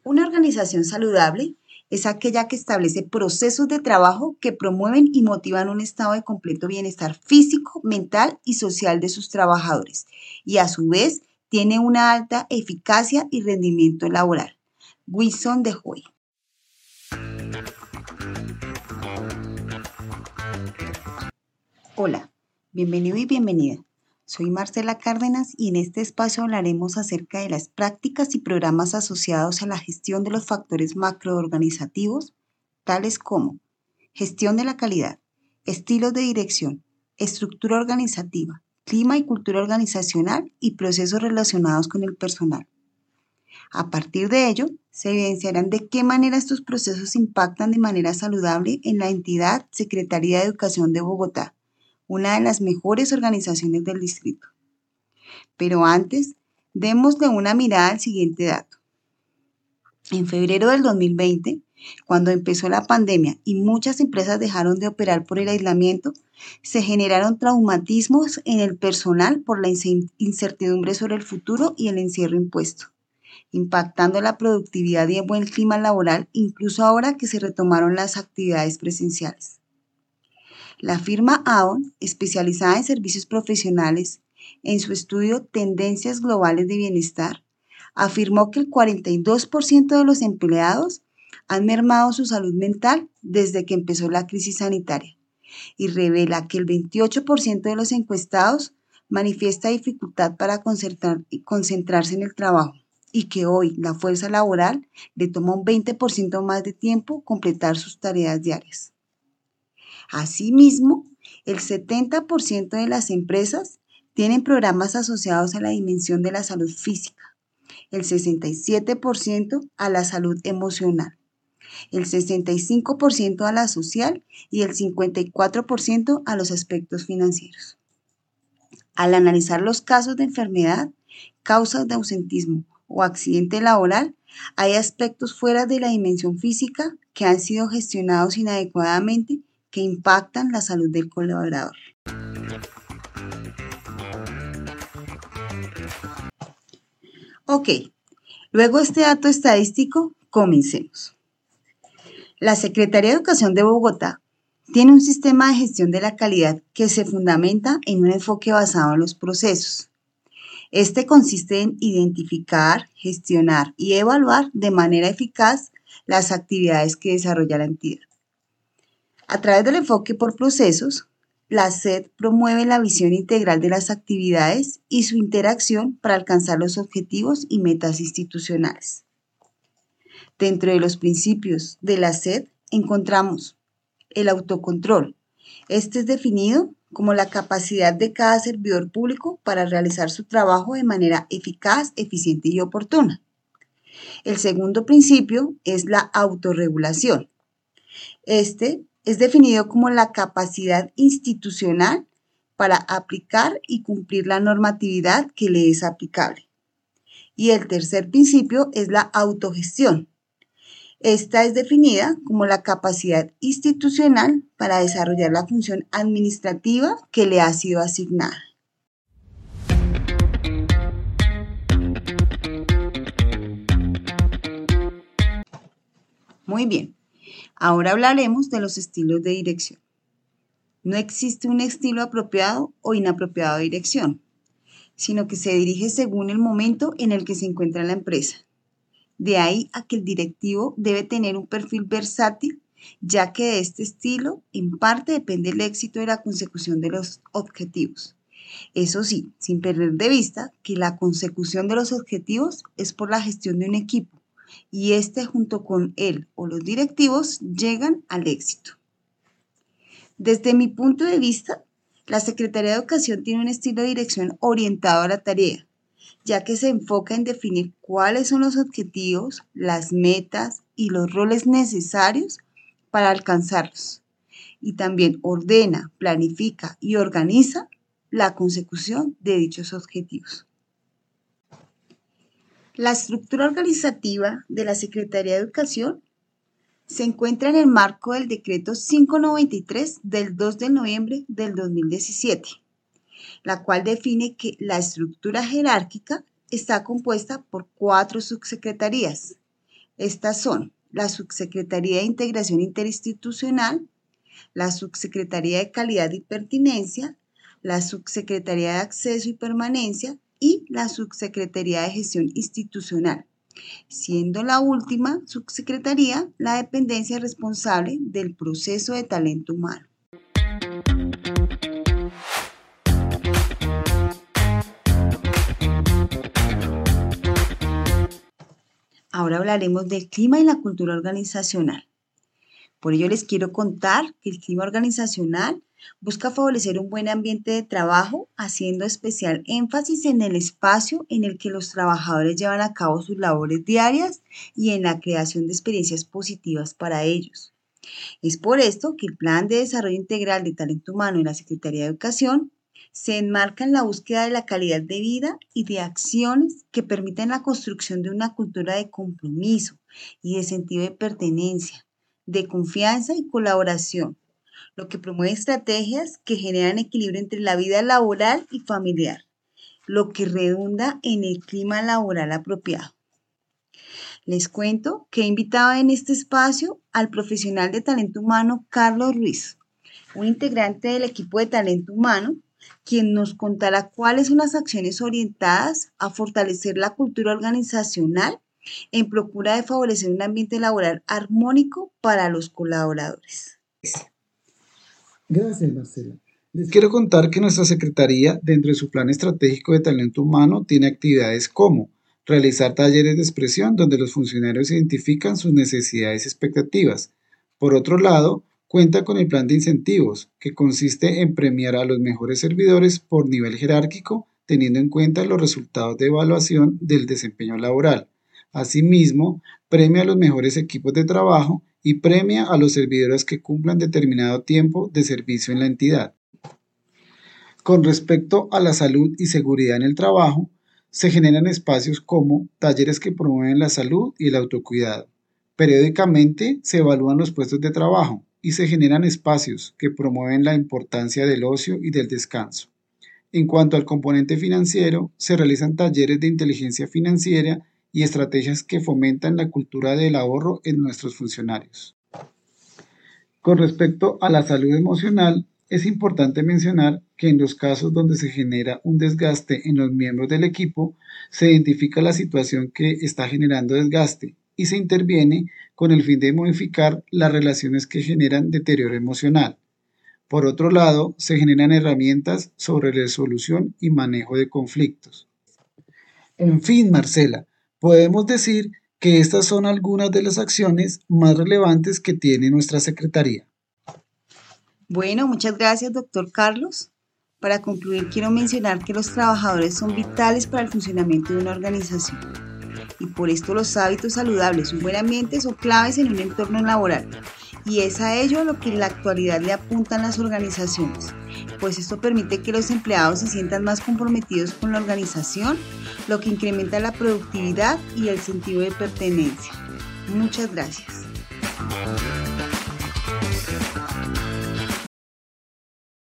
Una organización saludable es aquella que establece procesos de trabajo que promueven y motivan un estado de completo bienestar físico, mental y social de sus trabajadores y a su vez tiene una alta eficacia y rendimiento laboral. Wilson de Hoy. Hola, bienvenido y bienvenida. Soy Marcela Cárdenas y en este espacio hablaremos acerca de las prácticas y programas asociados a la gestión de los factores macroorganizativos, tales como gestión de la calidad, estilos de dirección, estructura organizativa, clima y cultura organizacional y procesos relacionados con el personal. A partir de ello, se evidenciarán de qué manera estos procesos impactan de manera saludable en la entidad Secretaría de Educación de Bogotá, una de las mejores organizaciones del distrito. Pero antes, démosle una mirada al siguiente dato. En febrero del 2020, cuando empezó la pandemia y muchas empresas dejaron de operar por el aislamiento, se generaron traumatismos en el personal por la incertidumbre sobre el futuro y el encierro impuesto, impactando la productividad y el buen clima laboral, incluso ahora que se retomaron las actividades presenciales. La firma Aon, especializada en servicios profesionales, en su estudio Tendencias Globales de Bienestar, afirmó que el 42% de los empleados han mermado su salud mental desde que empezó la crisis sanitaria y revela que el 28% de los encuestados manifiesta dificultad para concentrarse en el trabajo y que hoy la fuerza laboral le toma un 20% más de tiempo completar sus tareas diarias. Asimismo, el 70% de las empresas tienen programas asociados a la dimensión de la salud física, el 67% a la salud emocional, el 65% a la social y el 54% a los aspectos financieros. Al analizar los casos de enfermedad, causas de ausentismo o accidente laboral, hay aspectos fuera de la dimensión física que han sido gestionados inadecuadamente que impactan la salud del colaborador. Ok, luego de este dato estadístico, comencemos. La Secretaría de Educación de Bogotá tiene un sistema de gestión de la calidad que se fundamenta en un enfoque basado en los procesos. Este consiste en identificar, gestionar y evaluar de manera eficaz las actividades que desarrolla la entidad. A través del enfoque por procesos, la SED promueve la visión integral de las actividades y su interacción para alcanzar los objetivos y metas institucionales. Dentro de los principios de la SED encontramos el autocontrol. Este es definido como la capacidad de cada servidor público para realizar su trabajo de manera eficaz, eficiente y oportuna. El segundo principio es la autorregulación. Este es definido como la capacidad institucional para aplicar y cumplir la normatividad que le es aplicable. Y el tercer principio es la autogestión. Esta es definida como la capacidad institucional para desarrollar la función administrativa que le ha sido asignada. Muy bien, ahora hablaremos de los estilos de dirección. No existe un estilo apropiado o inapropiado de dirección, sino que se dirige según el momento en el que se encuentra la empresa. De ahí a que el directivo debe tener un perfil versátil, ya que de este estilo en parte depende el éxito de la consecución de los objetivos. Eso sí, sin perder de vista que la consecución de los objetivos es por la gestión de un equipo y este junto con él o los directivos llegan al éxito. Desde mi punto de vista, la Secretaría de Educación tiene un estilo de dirección orientado a la tarea, ya que se enfoca en definir cuáles son los objetivos, las metas y los roles necesarios para alcanzarlos. Y también ordena, planifica y organiza la consecución de dichos objetivos. La estructura organizativa de la Secretaría de Educación se encuentra en el marco del Decreto 593 del 2 de noviembre del 2017, la cual define que la estructura jerárquica está compuesta por 4 subsecretarías, Estas son la Subsecretaría de Integración Interinstitucional, la Subsecretaría de Calidad y Pertinencia, la Subsecretaría de Acceso y Permanencia y la Subsecretaría de Gestión Institucional, siendo la última subsecretaría la dependencia responsable del proceso de talento humano. Ahora hablaremos del clima y la cultura organizacional. Por ello les quiero contar que el clima organizacional busca favorecer un buen ambiente de trabajo, haciendo especial énfasis en el espacio en el que los trabajadores llevan a cabo sus labores diarias y en la creación de experiencias positivas para ellos. Es por esto que el Plan de Desarrollo Integral de Talento Humano en la Secretaría de Educación se enmarca en la búsqueda de la calidad de vida y de acciones que permitan la construcción de una cultura de compromiso y de sentido de pertenencia, de confianza y colaboración, lo que promueve estrategias que generan equilibrio entre la vida laboral y familiar, lo que redunda en el clima laboral apropiado. Les cuento que he invitado en este espacio al profesional de talento humano Carlos Ruiz, un integrante del equipo de talento humano, quien nos contará cuáles son las acciones orientadas a fortalecer la cultura organizacional en procura de favorecer un ambiente laboral armónico para los colaboradores. Gracias, Marcela. Les quiero contar que nuestra Secretaría, dentro de su Plan Estratégico de Talento Humano, tiene actividades como realizar talleres de expresión donde los funcionarios identifican sus necesidades y expectativas. Por otro lado, cuenta con el plan de incentivos, que consiste en premiar a los mejores servidores por nivel jerárquico, teniendo en cuenta los resultados de evaluación del desempeño laboral. Asimismo, premia a los mejores equipos de trabajo y premia a los servidores que cumplan determinado tiempo de servicio en la entidad. Con respecto a la salud y seguridad en el trabajo, se generan espacios como talleres que promueven la salud y el autocuidado. Periódicamente se evalúan los puestos de trabajo y se generan espacios que promueven la importancia del ocio y del descanso. En cuanto al componente financiero, se realizan talleres de inteligencia financiera y estrategias que fomentan la cultura del ahorro en nuestros funcionarios. Con respecto a la salud emocional, es importante mencionar que en los casos donde se genera un desgaste en los miembros del equipo, se identifica la situación que está generando desgaste y se interviene con el fin de modificar las relaciones que generan deterioro emocional. Por otro lado, se generan herramientas sobre resolución y manejo de conflictos. En fin, Marcela, podemos decir que estas son algunas de las acciones más relevantes que tiene nuestra Secretaría. Bueno, muchas gracias, doctor Carlos. Para concluir, quiero mencionar que los trabajadores son vitales para el funcionamiento de una organización. Y por esto los hábitos saludables, un buen ambiente son claves en un entorno laboral. Y es a ello lo que en la actualidad le apuntan las organizaciones, pues esto permite que los empleados se sientan más comprometidos con la organización, lo que incrementa la productividad y el sentido de pertenencia. Muchas gracias.